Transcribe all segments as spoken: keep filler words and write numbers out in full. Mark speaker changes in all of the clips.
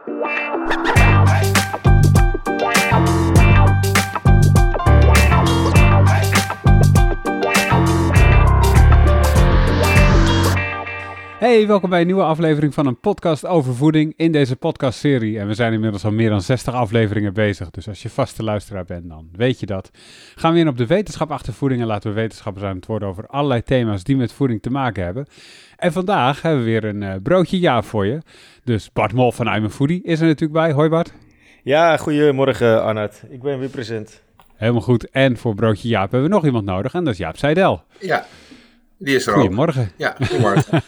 Speaker 1: Hey, welkom bij een nieuwe aflevering van een podcast over voeding in deze podcastserie. En we zijn inmiddels al meer dan zestig afleveringen bezig, dus als je vaste luisteraar bent, dan weet je dat. Gaan we in op de wetenschap achter voeding en laten we wetenschappers aan het worden over allerlei thema's die met voeding te maken hebben. En vandaag hebben we weer een uh, broodje Jaap voor je. Dus Bart Mol van I'm a Foodie is er natuurlijk bij. Hoi Bart.
Speaker 2: Ja, goedemorgen Arnoud. Ik ben weer present.
Speaker 1: Helemaal goed. En voor broodje Jaap hebben we nog iemand nodig en dat is Jaap Seidel.
Speaker 3: Ja. Die is er
Speaker 1: Goedemorgen.
Speaker 3: Ook. Ja, goedemorgen.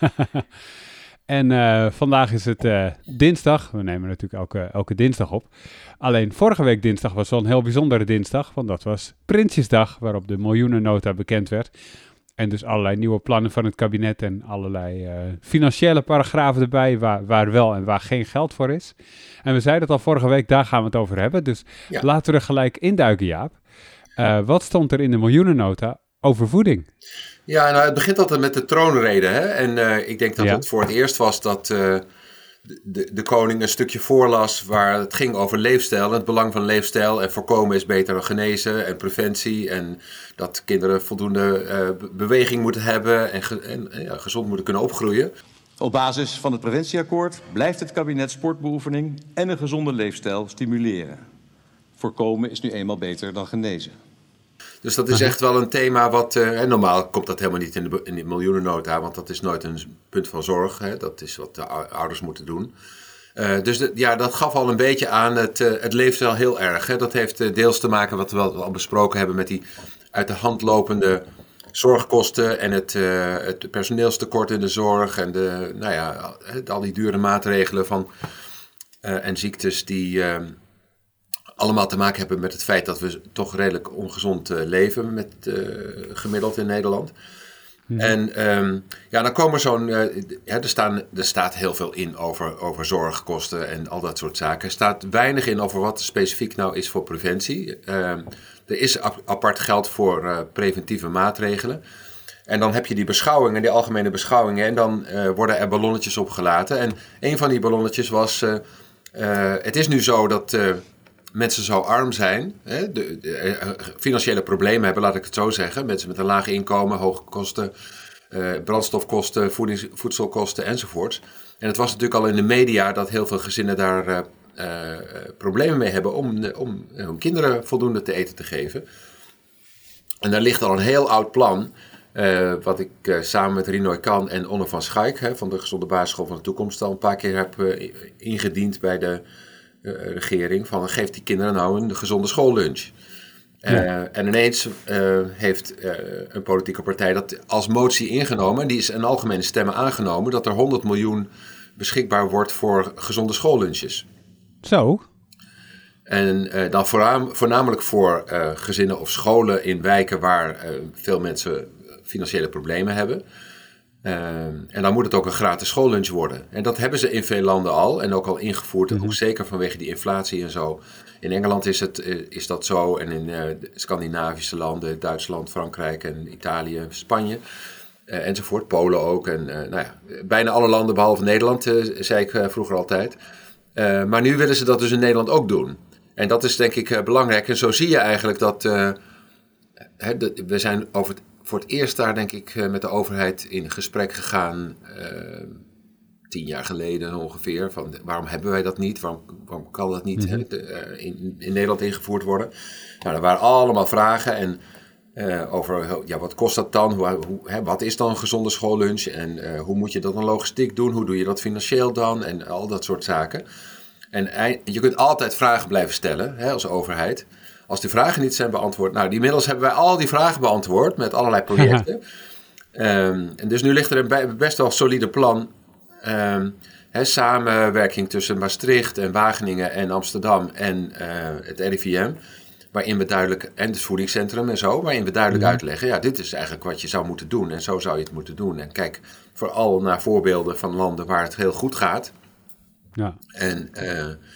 Speaker 1: En uh, vandaag is het uh, dinsdag. We nemen natuurlijk elke, elke dinsdag op. Alleen vorige week dinsdag was wel een heel bijzondere dinsdag. Want dat was Prinsjesdag, waarop de miljoenennota bekend werd. En dus allerlei nieuwe plannen van het kabinet en allerlei uh, financiële paragrafen erbij. Waar, waar wel en waar geen geld voor is. En we zeiden het al vorige week, daar gaan we het over hebben. Dus ja. Laten we er gelijk induiken, Jaap. Uh, wat stond er in de miljoenennota over voeding?
Speaker 3: Ja, nou, het begint altijd met de troonrede. Hè? En uh, ik denk dat ja. het voor het eerst was dat uh, de, de koning een stukje voorlas waar het ging over leefstijl. Het belang van leefstijl en voorkomen is beter dan genezen en preventie. En dat kinderen voldoende uh, beweging moeten hebben en, ge- en uh, ja, gezond moeten kunnen opgroeien.
Speaker 4: Op basis van het preventieakkoord blijft het kabinet sportbeoefening en een gezonde leefstijl stimuleren. Voorkomen is nu eenmaal beter dan genezen.
Speaker 3: Dus dat is echt wel een thema wat... Uh, en normaal komt dat helemaal niet in de, in de miljoenennota, want dat is nooit een punt van zorg. Hè? Dat is wat de ouders moeten doen. Uh, dus de, ja, dat gaf al een beetje aan. Het, uh, het leeft wel heel erg. Hè? Dat heeft uh, deels te maken wat we al besproken hebben met die uit de hand lopende zorgkosten en het, uh, het personeelstekort in de zorg en de, nou ja, al die dure maatregelen van, uh, en ziektes die... Uh, allemaal te maken hebben met het feit dat we toch redelijk ongezond uh, leven, met, uh, gemiddeld in Nederland. Hmm. En um, ja, dan komen zo'n... Uh, ja, er, staan, er staat heel veel in over, over zorgkosten en al dat soort zaken. Er staat weinig in over wat specifiek nou is voor preventie. Uh, er is ap- apart geld voor uh, preventieve maatregelen. En dan heb je die beschouwingen, die algemene beschouwingen, en dan uh, worden er ballonnetjes opgelaten. En een van die ballonnetjes was... Uh, uh, het is nu zo dat... Uh, mensen zo arm zijn, hè, de, de, uh, financiële problemen hebben, laat ik het zo zeggen. Mensen met een laag inkomen, hoge kosten, uh, brandstofkosten, voedings, voedselkosten enzovoorts. En het was natuurlijk al in de media dat heel veel gezinnen daar uh, uh, problemen mee hebben om, uh, om hun kinderen voldoende te eten te geven. En daar ligt al een heel oud plan, uh, wat ik uh, samen met Rinoy Kan en Onno van Schaik hè, van de Gezonde Basisschool van de Toekomst al een paar keer heb uh, ingediend bij de Uh, regering van geef die kinderen nou een gezonde schoollunch. Uh, ja. En ineens uh, heeft uh, een politieke partij dat als motie ingenomen, en die is in algemene stemmen aangenomen, dat er honderd miljoen beschikbaar wordt voor gezonde schoollunches.
Speaker 1: Zo.
Speaker 3: En uh, dan voornaam, voornamelijk voor uh, gezinnen of scholen in wijken waar uh, veel mensen financiële problemen hebben. Uh, en dan moet het ook een gratis schoollunch worden. En dat hebben ze in veel landen al en ook al ingevoerd. Mm-hmm. Ook zeker vanwege die inflatie en zo. In Engeland is, het, is dat zo. En in uh, de Scandinavische landen, Duitsland, Frankrijk en Italië, Spanje uh, enzovoort. Polen ook. En uh, nou ja, bijna alle landen behalve Nederland, uh, zei ik uh, vroeger altijd. Uh, maar nu willen ze dat dus in Nederland ook doen. En dat is denk ik uh, belangrijk. En zo zie je eigenlijk dat uh, hè, de, we zijn over het voor het eerst daar denk ik met de overheid in gesprek gegaan, uh, tien jaar geleden ongeveer, van waarom hebben wij dat niet, waarom, waarom kan dat niet mm-hmm. he, de, uh, in, in Nederland ingevoerd worden. Nou, er waren allemaal vragen en uh, over, ja, wat kost dat dan, hoe, hoe, hè, wat is dan een gezonde schoollunch en uh, hoe moet je dat dan logistiek doen, hoe doe je dat financieel dan en al dat soort zaken. En uh, je kunt altijd vragen blijven stellen hè, als overheid. Als die vragen niet zijn beantwoord... Nou, inmiddels hebben wij al die vragen beantwoord met allerlei projecten. um, en dus nu ligt er een best wel solide plan. Um, hè, samenwerking tussen Maastricht en Wageningen en Amsterdam en uh, het R I V M. Waarin we duidelijk... En het voedingscentrum en zo. Waarin we duidelijk mm-hmm. uitleggen... Ja, dit is eigenlijk wat je zou moeten doen. En zo zou je het moeten doen. En kijk vooral naar voorbeelden van landen waar het heel goed gaat.
Speaker 1: Ja.
Speaker 3: En... Uh,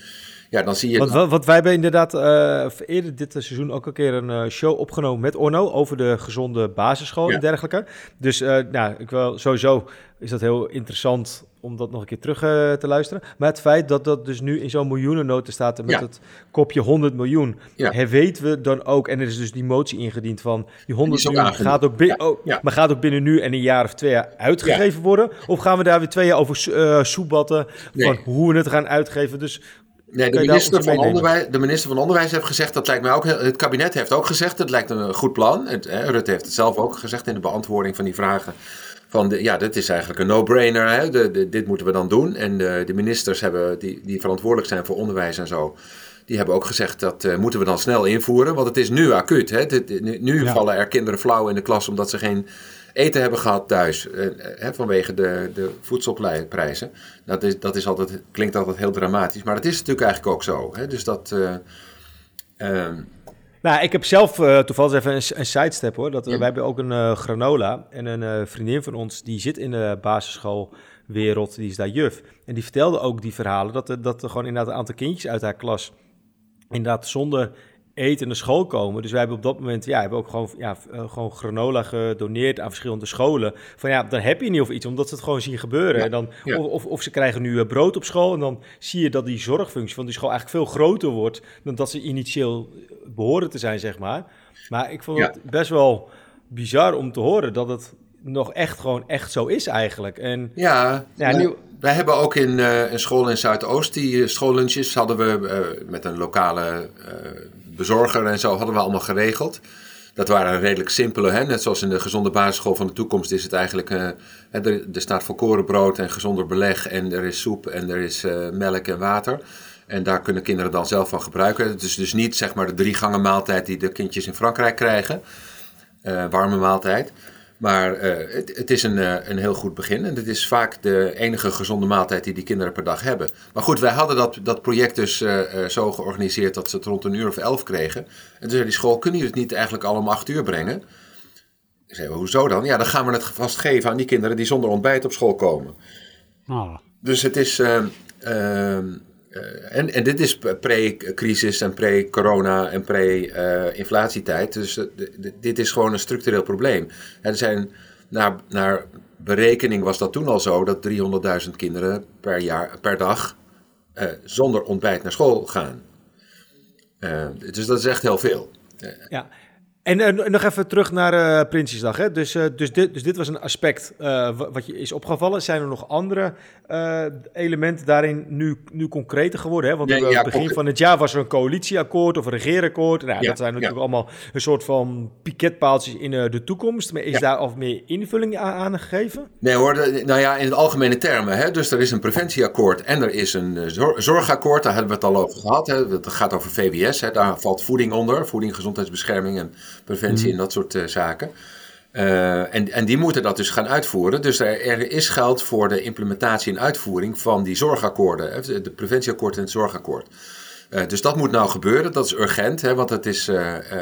Speaker 3: Ja, dan zie je...
Speaker 2: Want, want wij hebben inderdaad uh, eerder dit seizoen ook een keer een uh, show opgenomen met Orno over de gezonde basisschool ja. en dergelijke. Dus uh, nou, ik wil sowieso is dat heel interessant om dat nog een keer terug uh, te luisteren. Maar het feit dat dat dus nu in zo'n miljoenennota staat met ja. het kopje honderd miljoen, ja. herweten we dan ook, en er is dus die motie ingediend van die honderd miljoen gaat ook, bin- ja. Oh, ja. maar gaat ook binnen nu en een jaar of twee jaar uitgegeven ja. worden? Of gaan we daar weer twee jaar over uh, soebatten nee. van hoe we het gaan uitgeven? Dus
Speaker 3: Nee, de minister, van Onderwijs, de minister van Onderwijs heeft gezegd, dat lijkt mij ook, het kabinet heeft ook gezegd, het lijkt een goed plan. Het, hè, Rutte heeft het zelf ook gezegd in de beantwoording van die vragen. Van de, ja, dit is eigenlijk een no-brainer, hè? De, de, dit moeten we dan doen. En de, de ministers hebben, die, die verantwoordelijk zijn voor onderwijs en zo, die hebben ook gezegd dat uh, moeten we dan snel invoeren. Want het is nu acuut. Hè? Dit, nu nu ja. vallen er kinderen flauw in de klas omdat ze geen eten hebben gehad thuis, eh, hè, vanwege de, de voedselprijzen. Dat, is, dat is altijd, klinkt altijd heel dramatisch, maar dat is natuurlijk eigenlijk ook zo. Hè? Dus dat... Uh, uh,
Speaker 2: Nou, ik heb zelf uh, toevallig even een, een sidestep hoor. Dat, uh, ja. Wij hebben ook een uh, granola en een uh, vriendin van ons die zit in de basisschoolwereld, die is daar juf. En die vertelde ook die verhalen dat er, dat er gewoon inderdaad een aantal kindjes uit haar klas inderdaad zonder eten naar school komen. Dus wij hebben op dat moment, ja, hebben ook gewoon, ja, uh, gewoon granola gedoneerd aan verschillende scholen. Van ja, dan heb je niet of iets, omdat ze het gewoon zien gebeuren. Ja, en dan, ja. of, of, of ze krijgen nu uh, brood op school en dan zie je dat die zorgfunctie van die school eigenlijk veel groter wordt dan dat ze initieel behoren te zijn, zeg maar. Maar ik vond ja. het best wel bizar om te horen dat het nog echt gewoon echt zo is eigenlijk. En,
Speaker 3: ja, ja nu... wij hebben ook in uh, een school in Zuidoost, die uh, schoollunches hadden we uh, met een lokale uh, bezorger en zo hadden we allemaal geregeld. Dat waren redelijk simpele, hè? Net zoals in de gezonde basisschool van de toekomst is het eigenlijk, uh, er, er staat volkorenbrood en gezonder beleg en er is soep en er is uh, melk en water. En daar kunnen kinderen dan zelf van gebruiken. Het is dus niet zeg maar de drie gangen maaltijd die de kindjes in Frankrijk krijgen. Uh, warme maaltijd. Maar uh, het, het is een, uh, een heel goed begin. En het is vaak de enige gezonde maaltijd die die kinderen per dag hebben. Maar goed, wij hadden dat, dat project dus uh, uh, zo georganiseerd dat ze het rond een uur of elf kregen. En toen zei die school, kunnen jullie het niet eigenlijk al om acht uur brengen? Ik zei, hoezo dan? Ja, dan gaan we het vast geven aan die kinderen die zonder ontbijt op school komen. Oh. Dus het is... Uh, uh, Uh, en, en dit is pre-crisis en pre-corona en pre-inflatietijd. Uh, dus uh, d- d- dit is gewoon een structureel probleem. Er zijn, naar, naar berekening was dat toen al zo dat driehonderdduizend kinderen per, jaar, per dag uh, zonder ontbijt naar school gaan. Uh, dus dat is echt heel veel. Uh, ja.
Speaker 2: En uh, nog even terug naar uh, Prinsjesdag. Hè? Dus, uh, dus, dit, dus dit was een aspect uh, wat je is opgevallen. Zijn er nog andere uh, elementen daarin nu, nu concreter geworden? Hè? Want nee, aan ja, het begin van het jaar was er een coalitieakkoord of een regeerakkoord. Nou, ja, dat zijn natuurlijk ja. allemaal een soort van piketpaaltjes in uh, de toekomst. Maar is ja. daar al meer invulling aan, aan gegeven?
Speaker 3: Nee hoor, de, nou ja, in het algemene termen. Hè? Dus er is een preventieakkoord en er is een uh, zor- zorgakkoord. Daar hebben we het al over gehad. Hè? Dat gaat over V W S. Hè? Daar valt voeding onder. Voeding, gezondheidsbescherming en preventie mm. en dat soort uh, zaken. Uh, en, en die moeten dat dus gaan uitvoeren. Dus er, er is geld voor de implementatie en uitvoering van die zorgakkoorden. Hè, de preventieakkoord en het zorgakkoord. Uh, dus dat moet nou gebeuren. Dat is urgent, hè, want het is uh, uh,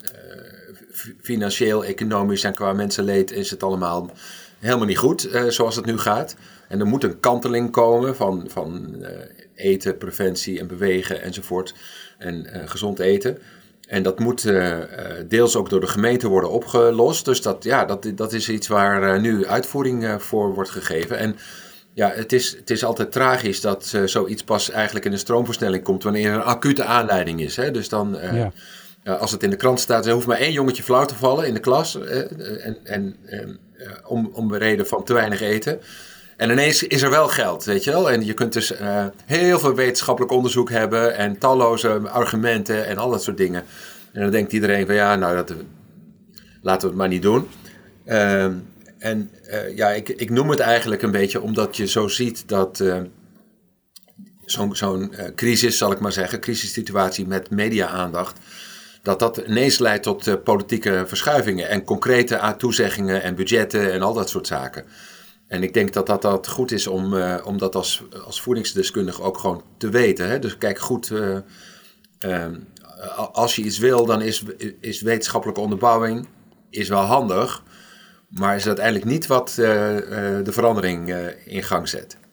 Speaker 3: financieel, economisch en qua mensenleed is het allemaal helemaal niet goed uh, zoals het nu gaat. En er moet een kanteling komen van, van uh, eten, preventie en bewegen enzovoort. En uh, gezond eten. En dat moet uh, deels ook door de gemeente worden opgelost. Dus dat, ja, dat, dat is iets waar uh, nu uitvoering uh, voor wordt gegeven. En ja, het is, het is altijd tragisch dat uh, zoiets pas eigenlijk in een stroomversnelling komt wanneer er een acute aanleiding is. Hè? Dus dan, uh, ja. uh, als het in de krant staat, er hoeft maar één jongetje flauw te vallen in de klas. Uh, en, en, uh, om, om de reden van te weinig eten. En ineens is er wel geld, weet je wel. En je kunt dus uh, heel veel wetenschappelijk onderzoek hebben en talloze argumenten en al dat soort dingen. En dan denkt iedereen van ja, nou, dat, laten we het maar niet doen. Uh, en uh, ja, ik, ik noem het eigenlijk een beetje omdat je zo ziet dat uh, zo'n, zo'n uh, crisis, zal ik maar zeggen, crisissituatie met media-aandacht, dat dat ineens leidt tot uh, politieke verschuivingen en concrete toezeggingen en budgetten en al dat soort zaken. En ik denk dat dat, dat goed is om, uh, om dat als, als voedingsdeskundige ook gewoon te weten. Hè? Dus kijk goed, uh, uh, als je iets wil, dan is, is wetenschappelijke onderbouwing is wel handig. Maar is uiteindelijk niet wat uh, uh, de verandering uh, in gang zet.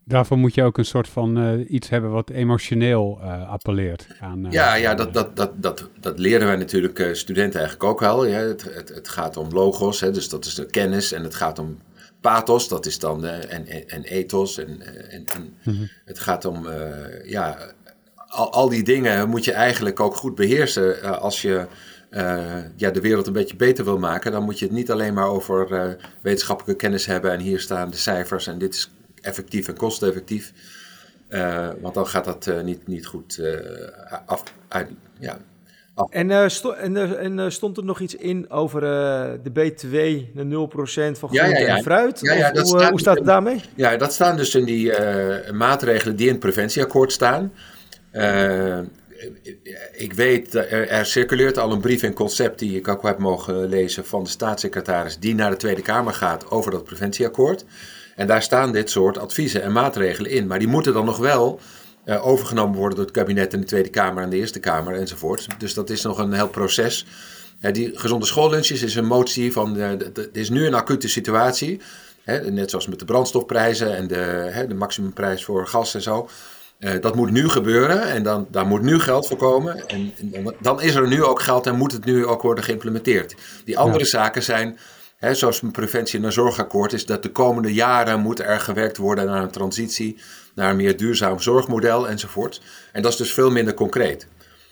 Speaker 1: Daarvoor moet je ook een soort van uh, iets hebben wat emotioneel uh, appelleert. Aan, uh,
Speaker 3: ja, ja dat, dat, dat, dat, dat leren wij natuurlijk uh, studenten eigenlijk ook wel. Ja. Het, het, het gaat om logos, hè, dus dat is de kennis. En het gaat om pathos, dat is dan uh, en, en, en ethos. En, en, en mm-hmm. Het gaat om, uh, ja, al, al die dingen moet je eigenlijk ook goed beheersen. Uh, als je uh, ja, de wereld een beetje beter wil maken, dan moet je het niet alleen maar over uh, wetenschappelijke kennis hebben. En hier staan de cijfers en dit is effectief en kosteneffectief. Uh, want dan gaat dat uh, niet, niet goed uh, af. Uit, ja, af.
Speaker 2: En, uh, sto- en, uh, en uh, stond er nog iets in over uh, de B twee, de nul procent van groente ja, ja, ja. en fruit? Ja, ja, hoe, staat, hoe staat het daarmee?
Speaker 3: Ja, dat staan dus in die uh, maatregelen die in het preventieakkoord staan. Uh, ik weet, er, er circuleert al een brief en concept die ik ook heb mogen lezen van de staatssecretaris die naar de Tweede Kamer gaat over dat preventieakkoord. En daar staan dit soort adviezen en maatregelen in. Maar die moeten dan nog wel uh, overgenomen worden door het kabinet en de Tweede Kamer en de Eerste Kamer enzovoort. Dus dat is nog een heel proces. Uh, die gezonde schoollunches is een motie van, uh, het is nu een acute situatie. Hè, net zoals met de brandstofprijzen en de, hè, de maximumprijs voor gas en zo. Uh, dat moet nu gebeuren en dan, daar moet nu geld voor komen. En, en dan is er nu ook geld en moet het nu ook worden geïmplementeerd. Die andere ja. zaken zijn... He, zoals een preventie- en zorgakkoord is dat de komende jaren moet er gewerkt worden naar een transitie, naar een meer duurzaam zorgmodel enzovoort. En dat is dus veel minder concreet.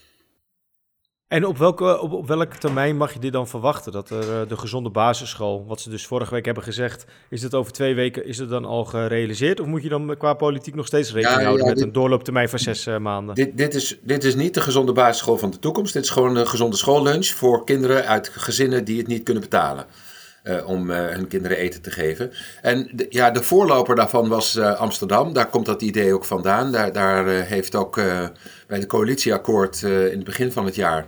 Speaker 2: En op welke, op, op welke termijn mag je dit dan verwachten? Dat er uh, de gezonde basisschool, wat ze dus vorige week hebben gezegd, is het over twee weken, is het dan al gerealiseerd? Of moet je dan qua politiek nog steeds rekening ja, houden ja, met dit, een doorlooptermijn van zes uh, maanden?
Speaker 3: Dit, dit, is, dit is niet de gezonde basisschool van de toekomst. Dit is gewoon een gezonde schoollunch voor kinderen uit gezinnen die het niet kunnen betalen. Uh, om uh, hun kinderen eten te geven. En de, ja, de voorloper daarvan was uh, Amsterdam. Daar komt dat idee ook vandaan. Daar, daar uh, heeft ook uh, bij de coalitieakkoord uh, in het begin van het jaar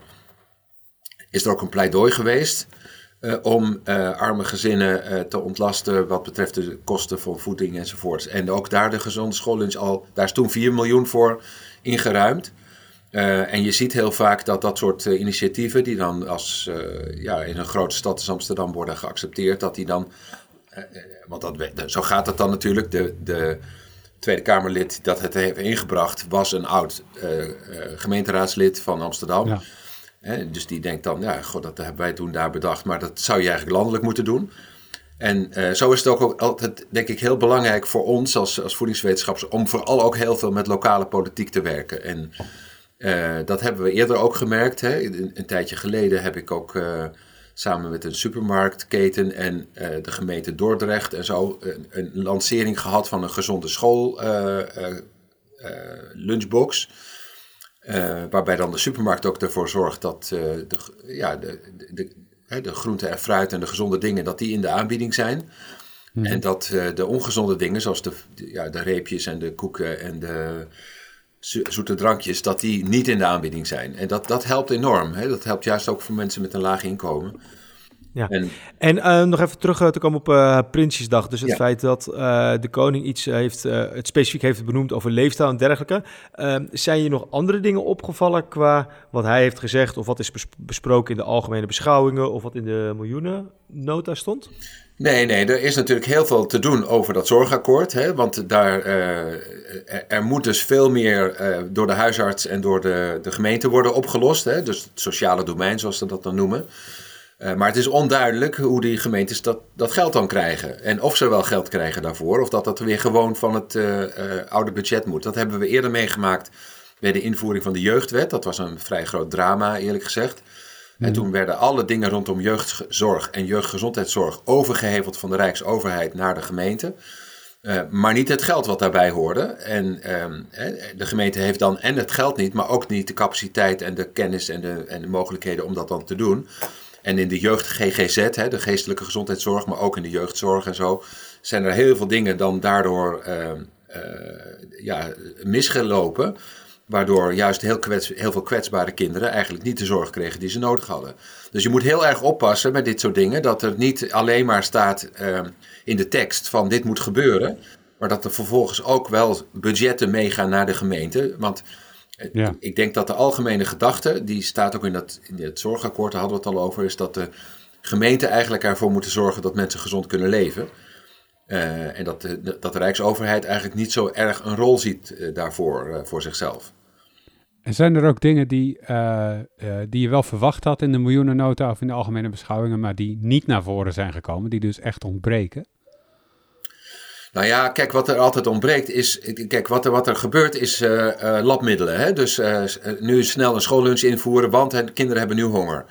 Speaker 3: is er ook een pleidooi geweest uh, om uh, arme gezinnen uh, te ontlasten wat betreft de kosten voor voeding enzovoorts. En ook daar de gezonde schoollunch al, daar is toen vier miljoen voor ingeruimd. Uh, en je ziet heel vaak dat dat soort uh, initiatieven die dan als uh, ja, in een grote stad als Amsterdam worden geaccepteerd, dat die dan, uh, want dat, zo gaat het dan natuurlijk, de, de Tweede Kamerlid dat het heeft ingebracht was een oud uh, uh, gemeenteraadslid van Amsterdam. Ja. Uh, dus die denkt dan, ja, god, dat hebben wij toen daar bedacht, maar dat zou je eigenlijk landelijk moeten doen. En uh, zo is het ook altijd, denk ik, heel belangrijk voor ons als, als voedingswetenschappers om vooral ook heel veel met lokale politiek te werken. En Uh, dat hebben we eerder ook gemerkt. Hè. Een, een tijdje geleden heb ik ook uh, samen met een supermarktketen en uh, de gemeente Dordrecht en zo een, een lancering gehad van een gezonde school uh, uh, uh, lunchbox. Uh, waarbij dan de supermarkt ook ervoor zorgt dat uh, de, ja, de, de, de, de groenten en fruit en de gezonde dingen dat die in de aanbieding zijn. Hmm. En dat uh, de ongezonde dingen zoals de, de, ja, de reepjes en de koeken en de zoete drankjes, dat die niet in de aanbieding zijn. En dat, dat helpt enorm. Hè? Dat helpt juist ook voor mensen met een laag inkomen.
Speaker 2: Ja. En, en uh, nog even terug uh, te komen op uh, Prinsjesdag. Dus het ja. feit dat uh, de koning iets heeft, uh, het specifiek heeft benoemd over leefstijl en dergelijke. Uh, zijn je nog andere dingen opgevallen qua wat hij heeft gezegd of wat is bes- besproken in de algemene beschouwingen of wat in de miljoenennota stond?
Speaker 3: Nee, nee, er is natuurlijk heel veel te doen over dat zorgakkoord. Hè, want daar, uh, er moet dus veel meer uh, door de huisarts en door de, de gemeente worden opgelost. Hè, dus het sociale domein, zoals ze dat dan noemen. Uh, maar het is onduidelijk hoe die gemeentes dat, dat geld dan krijgen. En of ze wel geld krijgen daarvoor, of dat dat weer gewoon van het uh, uh, oude budget moet. Dat hebben we eerder meegemaakt bij de invoering van de jeugdwet. Dat was een vrij groot drama, eerlijk gezegd. En toen werden alle dingen rondom jeugdzorg en jeugdgezondheidszorg overgeheveld van de Rijksoverheid naar de gemeente. Uh, maar niet het geld wat daarbij hoorde. En um, de gemeente heeft dan en het geld niet, maar ook niet de capaciteit en de kennis en de, en de mogelijkheden om dat dan te doen. En in de jeugd-G G Z, hè, de geestelijke gezondheidszorg, maar ook in de jeugdzorg en zo, zijn er heel veel dingen dan daardoor uh, uh, ja, misgelopen. Waardoor juist heel, kwets, heel veel kwetsbare kinderen eigenlijk niet de zorg kregen die ze nodig hadden. Dus je moet heel erg oppassen met dit soort dingen. Dat er niet alleen maar staat uh, in de tekst van dit moet gebeuren. Maar dat er vervolgens ook wel budgetten meegaan naar de gemeente. Want ja. ik denk dat de algemene gedachte, die staat ook in, dat, in het zorgakkoord, daar hadden we het al over, is dat de gemeenten eigenlijk ervoor moeten zorgen dat mensen gezond kunnen leven. Uh, en dat de, dat de Rijksoverheid eigenlijk niet zo erg een rol ziet uh, daarvoor, uh, voor zichzelf.
Speaker 1: En zijn er ook dingen die, uh, uh, die je wel verwacht had in de miljoenennota of in de algemene beschouwingen, maar die niet naar voren zijn gekomen, die dus echt ontbreken?
Speaker 3: Nou ja, kijk, wat er altijd ontbreekt is, kijk, wat er, wat er gebeurt is uh, uh, labmiddelen. Hè? Dus uh, nu snel een schoollunch invoeren, want hè, de kinderen hebben nu honger.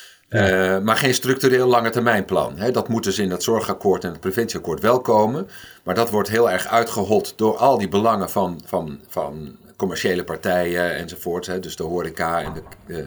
Speaker 3: Ja. Uh, maar geen structureel langetermijnplan. Hè? Dat moet dus in het zorgakkoord en het preventieakkoord wel komen. Maar dat wordt heel erg uitgehold door al die belangen van, van, van commerciële partijen enzovoort. Hè? Dus de horeca en de, de,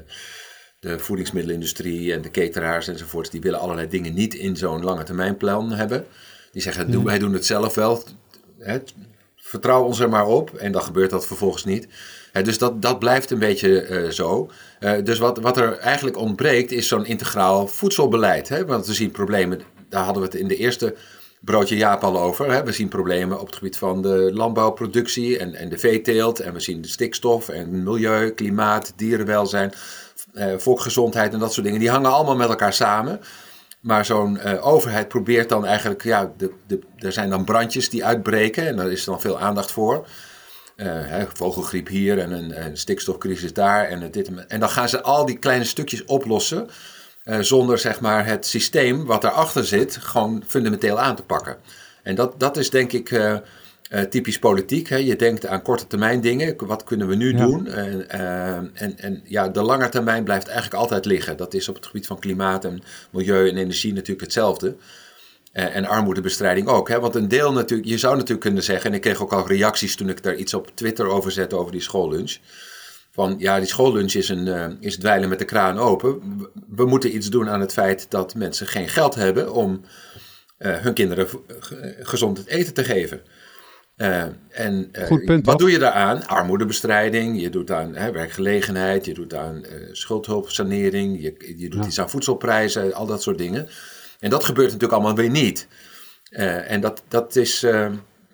Speaker 3: de voedingsmiddelenindustrie en de cateraars enzovoort. Die willen allerlei dingen niet in zo'n langetermijnplan hebben. Die zeggen, hmm. wij doen het zelf wel. Hè? Vertrouw ons er maar op. En dan gebeurt dat vervolgens niet. He, dus dat, dat blijft een beetje uh, zo. Uh, dus wat, wat er eigenlijk ontbreekt is zo'n integraal voedselbeleid. Hè? Want we zien problemen, daar hadden we het in de eerste broodje Jaap al over. Hè? We zien problemen op het gebied van de landbouwproductie en, en de veeteelt. En we zien de stikstof en milieu, klimaat, dierenwelzijn, uh, volksgezondheid en dat soort dingen. Die hangen allemaal met elkaar samen. Maar zo'n uh, overheid probeert dan eigenlijk, ja, de, de, er zijn dan brandjes die uitbreken en daar is dan veel aandacht voor. Uh, hè, vogelgriep hier en een, een stikstofcrisis daar en, dit en, en dan gaan ze al die kleine stukjes oplossen uh, zonder zeg maar het systeem wat daarachter zit gewoon fundamenteel aan te pakken. En dat, dat is denk ik uh, uh, typisch politiek. Hè. Je denkt aan korte termijn dingen, wat kunnen we nu ja. doen? Uh, uh, en, en ja, de lange termijn blijft eigenlijk altijd liggen. Dat is op het gebied van klimaat en milieu en energie natuurlijk hetzelfde. Uh, en armoedebestrijding ook. Hè? Want een deel natuurlijk, je zou natuurlijk kunnen zeggen, en ik kreeg ook al reacties toen ik daar iets op Twitter over zette over die schoollunch. Van ja, die schoollunch is, een, uh, is dweilen met de kraan open. We, we moeten iets doen aan het feit dat mensen geen geld hebben om uh, hun kinderen gezond het eten te geven. Uh, en uh,
Speaker 1: Goed punt,
Speaker 3: wat
Speaker 1: toch?
Speaker 3: doe je daaraan? Armoedebestrijding, je doet aan hè, werkgelegenheid, je doet aan uh, schuldhulpsanering, je, je doet ja. iets aan voedselprijzen, al dat soort dingen. En dat gebeurt natuurlijk allemaal weer niet. Uh, en dat, dat is uh,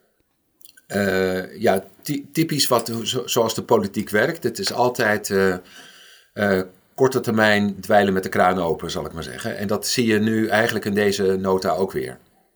Speaker 3: uh, ja, ty- typisch wat, zo, zoals de politiek werkt. Het is altijd uh, uh, korte termijn dweilen met de kraan open, zal ik maar zeggen. En dat zie je nu eigenlijk in deze nota ook weer.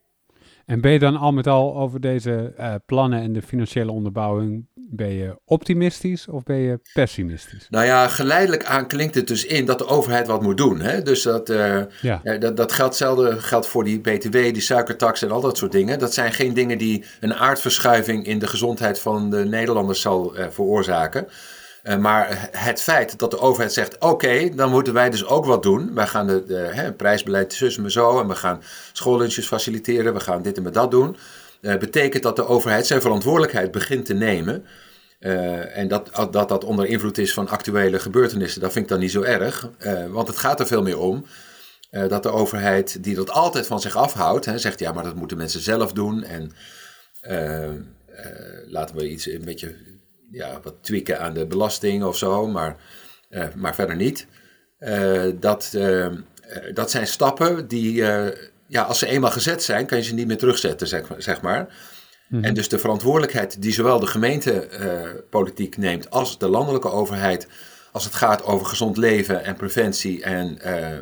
Speaker 1: En ben je dan al met al over deze uh, plannen en de financiële onderbouwing, ben je optimistisch of ben je pessimistisch?
Speaker 3: Nou ja, geleidelijk aan klinkt het dus in dat de overheid wat moet doen. Hè? Dus dat, uh,
Speaker 1: ja.
Speaker 3: uh, dat, dat geldt hetzelfde geldt voor die B T W, die suikertax en al dat soort dingen. Dat zijn geen dingen die een aardverschuiving in de gezondheid van de Nederlanders zal uh, veroorzaken. Uh, maar het feit dat de overheid zegt, oké, okay, dan moeten wij dus ook wat doen. Wij gaan de, de hè, prijsbeleid zus en zo en we gaan schoollunches faciliteren, we gaan dit en dat doen. Uh, betekent dat de overheid zijn verantwoordelijkheid begint te nemen. Uh, en dat, dat dat onder invloed is van actuele gebeurtenissen, dat vind ik dan niet zo erg. Uh, want het gaat er veel meer om uh, dat de overheid, die dat altijd van zich afhoudt, hè, zegt ja, maar dat moeten mensen zelf doen. En uh, uh, laten we iets een beetje ja, wat tweaken aan de belasting of zo, maar, uh, maar verder niet. Uh, dat, uh, dat zijn stappen die, uh, ja, als ze eenmaal gezet zijn, kan je ze niet meer terugzetten, zeg, zeg maar. Mm-hmm. En dus de verantwoordelijkheid die zowel de gemeentepolitiek uh, neemt als de landelijke overheid, als het gaat over gezond leven en preventie en uh, uh,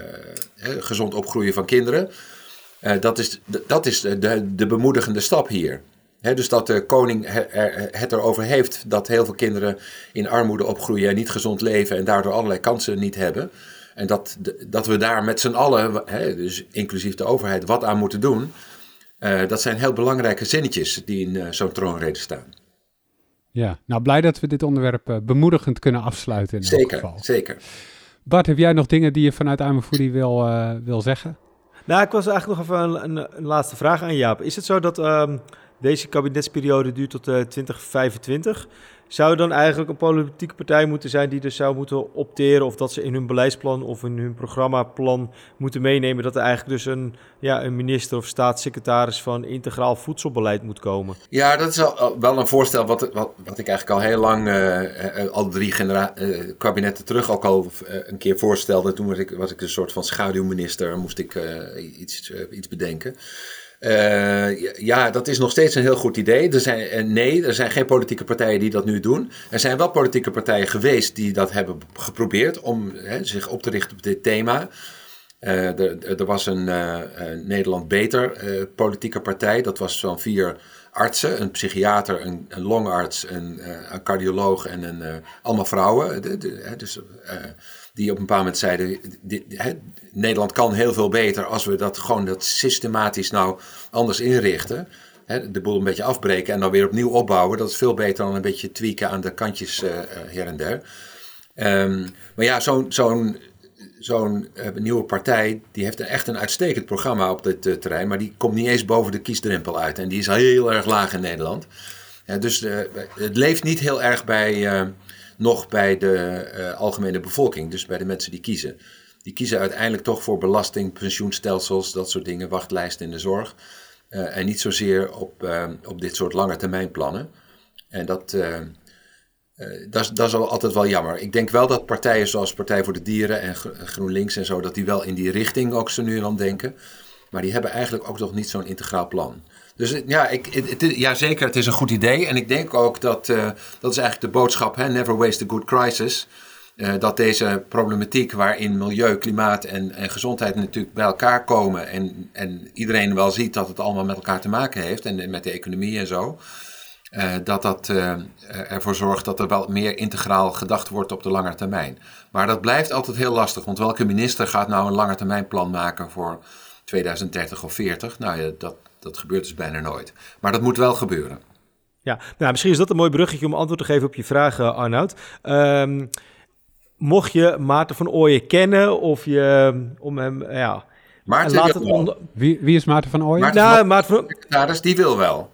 Speaker 3: uh, gezond opgroeien van kinderen, uh, dat is, dat is de, de bemoedigende stap hier. He, dus dat de koning het erover heeft dat heel veel kinderen in armoede opgroeien en niet gezond leven en daardoor allerlei kansen niet hebben. En dat, dat we daar met z'n allen, he, dus inclusief de overheid, wat aan moeten doen. Uh, dat zijn heel belangrijke zinnetjes die in uh, zo'n troonrede staan.
Speaker 1: Ja, nou blij dat we dit onderwerp uh, bemoedigend kunnen afsluiten in
Speaker 3: zeker,
Speaker 1: elk geval.
Speaker 3: Zeker.
Speaker 1: Bart, heb jij nog dingen die je vanuit Amerfoodie wil, uh, wil zeggen?
Speaker 2: Nou, ik was eigenlijk nog even een, een, een laatste vraag aan Jaap. Is het zo dat um, deze kabinetsperiode duurt tot uh, twintig vijfentwintig? Zou er dan eigenlijk een politieke partij moeten zijn die dus zou moeten opteren of dat ze in hun beleidsplan of in hun programmaplan moeten meenemen dat er eigenlijk dus een, ja, een minister of staatssecretaris van integraal voedselbeleid moet komen?
Speaker 3: Ja, dat is al, wel een voorstel wat, wat, wat ik eigenlijk al heel lang, uh, al drie genera- uh, kabinetten terug ook al uh, een keer voorstelde. Toen was ik, was ik een soort van schaduwminister, moest ik uh, iets, uh, iets bedenken. Uh, ja, dat is nog steeds een heel goed idee. Er zijn, uh, nee, er zijn geen politieke partijen die dat nu doen. Er zijn wel politieke partijen geweest die dat hebben geprobeerd om hè, zich op te richten op dit thema. Uh, er, er was een uh, uh, Nederland Beter uh, politieke partij. Dat was van vier artsen, een psychiater, een, een longarts, een, uh, een cardioloog en een, uh, allemaal vrouwen. De, de, hè, dus, uh, die op een bepaald moment zeiden, dit, hè, Nederland kan heel veel beter als we dat gewoon dat systematisch nou anders inrichten. Hè, de boel een beetje afbreken en dan weer opnieuw opbouwen. Dat is veel beter dan een beetje tweaken aan de kantjes uh, uh, her en der. Um, maar ja, zo'n, zo'n, zo'n uh, nieuwe partij, die heeft echt een uitstekend programma op dit uh, terrein, maar die komt niet eens boven de kiesdrempel uit. En die is heel erg laag in Nederland. Uh, dus uh, het leeft niet heel erg bij, uh, nog bij de uh, algemene bevolking, dus bij de mensen die kiezen. Die kiezen uiteindelijk toch voor belasting, pensioenstelsels, dat soort dingen, wachtlijsten in de zorg. Uh, en niet zozeer op, uh, op dit soort langetermijnplannen. En dat... Uh, Uh, dat, is, dat is altijd wel jammer. Ik denk wel dat partijen zoals Partij voor de Dieren en GroenLinks en zo, dat die wel in die richting ook zo nu en dan denken. Maar die hebben eigenlijk ook nog niet zo'n integraal plan. Dus ja, ik, het, het, ja zeker, het is een goed idee. En ik denk ook dat, uh, dat is eigenlijk de boodschap, hè, never waste a good crisis. Uh, dat deze problematiek waarin milieu, klimaat en, en gezondheid natuurlijk bij elkaar komen. En, en iedereen wel ziet dat het allemaal met elkaar te maken heeft. En met de economie en zo. Uh, dat dat uh, ervoor zorgt dat er wel meer integraal gedacht wordt op de lange termijn. Maar dat blijft altijd heel lastig. Want welke minister gaat nou een langetermijnplan maken voor tweeduizend dertig of veertig? Nou ja, dat, dat gebeurt dus bijna nooit. Maar dat moet wel gebeuren.
Speaker 2: Ja, nou, misschien is dat een mooi bruggetje om antwoord te geven op je vraag, Arnoud. Um, mocht je Maarten van Ooyen kennen of je om hem... Ja,
Speaker 3: Maarten
Speaker 2: laat
Speaker 3: wil
Speaker 2: het onder...
Speaker 1: wie, wie is Maarten van Ooyen?
Speaker 3: Maarten
Speaker 2: nou,
Speaker 3: van...
Speaker 2: Maarten van...
Speaker 3: secretaris, die wil wel.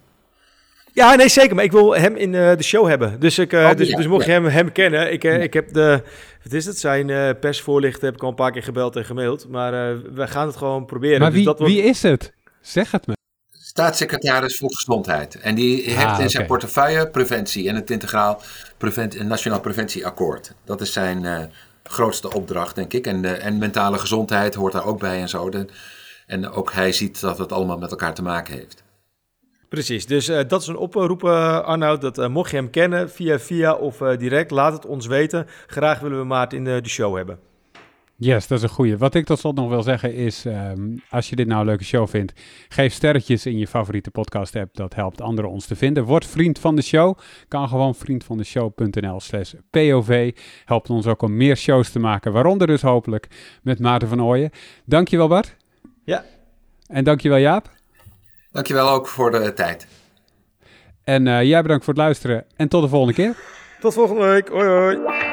Speaker 2: Ja, nee, zeker. Maar ik wil hem in uh, de show hebben. Dus, ik, uh,
Speaker 3: oh,
Speaker 2: dus,
Speaker 3: ja,
Speaker 2: dus mocht
Speaker 3: ja.
Speaker 2: je hem, hem kennen. Ik, uh, ik heb de... Wat is het? Zijn uh, persvoorlichter heb ik al een paar keer gebeld en gemaild. Maar uh, we gaan het gewoon proberen.
Speaker 1: Maar
Speaker 2: dus
Speaker 1: wie,
Speaker 2: dat wordt...
Speaker 1: wie is het? Zeg het me.
Speaker 3: Staatssecretaris Volksgezondheid. En die
Speaker 1: Ah,
Speaker 3: heeft in
Speaker 1: okay.
Speaker 3: zijn portefeuille preventie en het integraal prevent, een nationaal preventieakkoord. Dat is zijn uh, grootste opdracht, denk ik. En, uh, en mentale gezondheid hoort daar ook bij en zo. De, en ook hij ziet dat het allemaal met elkaar te maken heeft.
Speaker 2: Precies, dus uh, dat is een oproep, uh, Arnoud. Dat uh, mocht je hem kennen, via via of uh, direct, laat het ons weten. Graag willen we Maarten in uh, de show hebben.
Speaker 1: Yes, dat is een goeie. Wat ik tot slot nog wil zeggen is, um, als je dit nou een leuke show vindt, geef sterretjes in je favoriete podcast app. Dat helpt anderen ons te vinden. Word vriend van de show. Kan gewoon vriendvandeshow.nl slash POV. Helpt ons ook om meer shows te maken, waaronder dus hopelijk met Maarten van Ooyen. Dankjewel Bart.
Speaker 2: Ja.
Speaker 1: En dankjewel Jaap.
Speaker 3: Dankjewel ook voor de tijd.
Speaker 1: En uh, jij bedankt voor het luisteren en tot de volgende keer.
Speaker 2: Tot volgende week. Hoi hoi.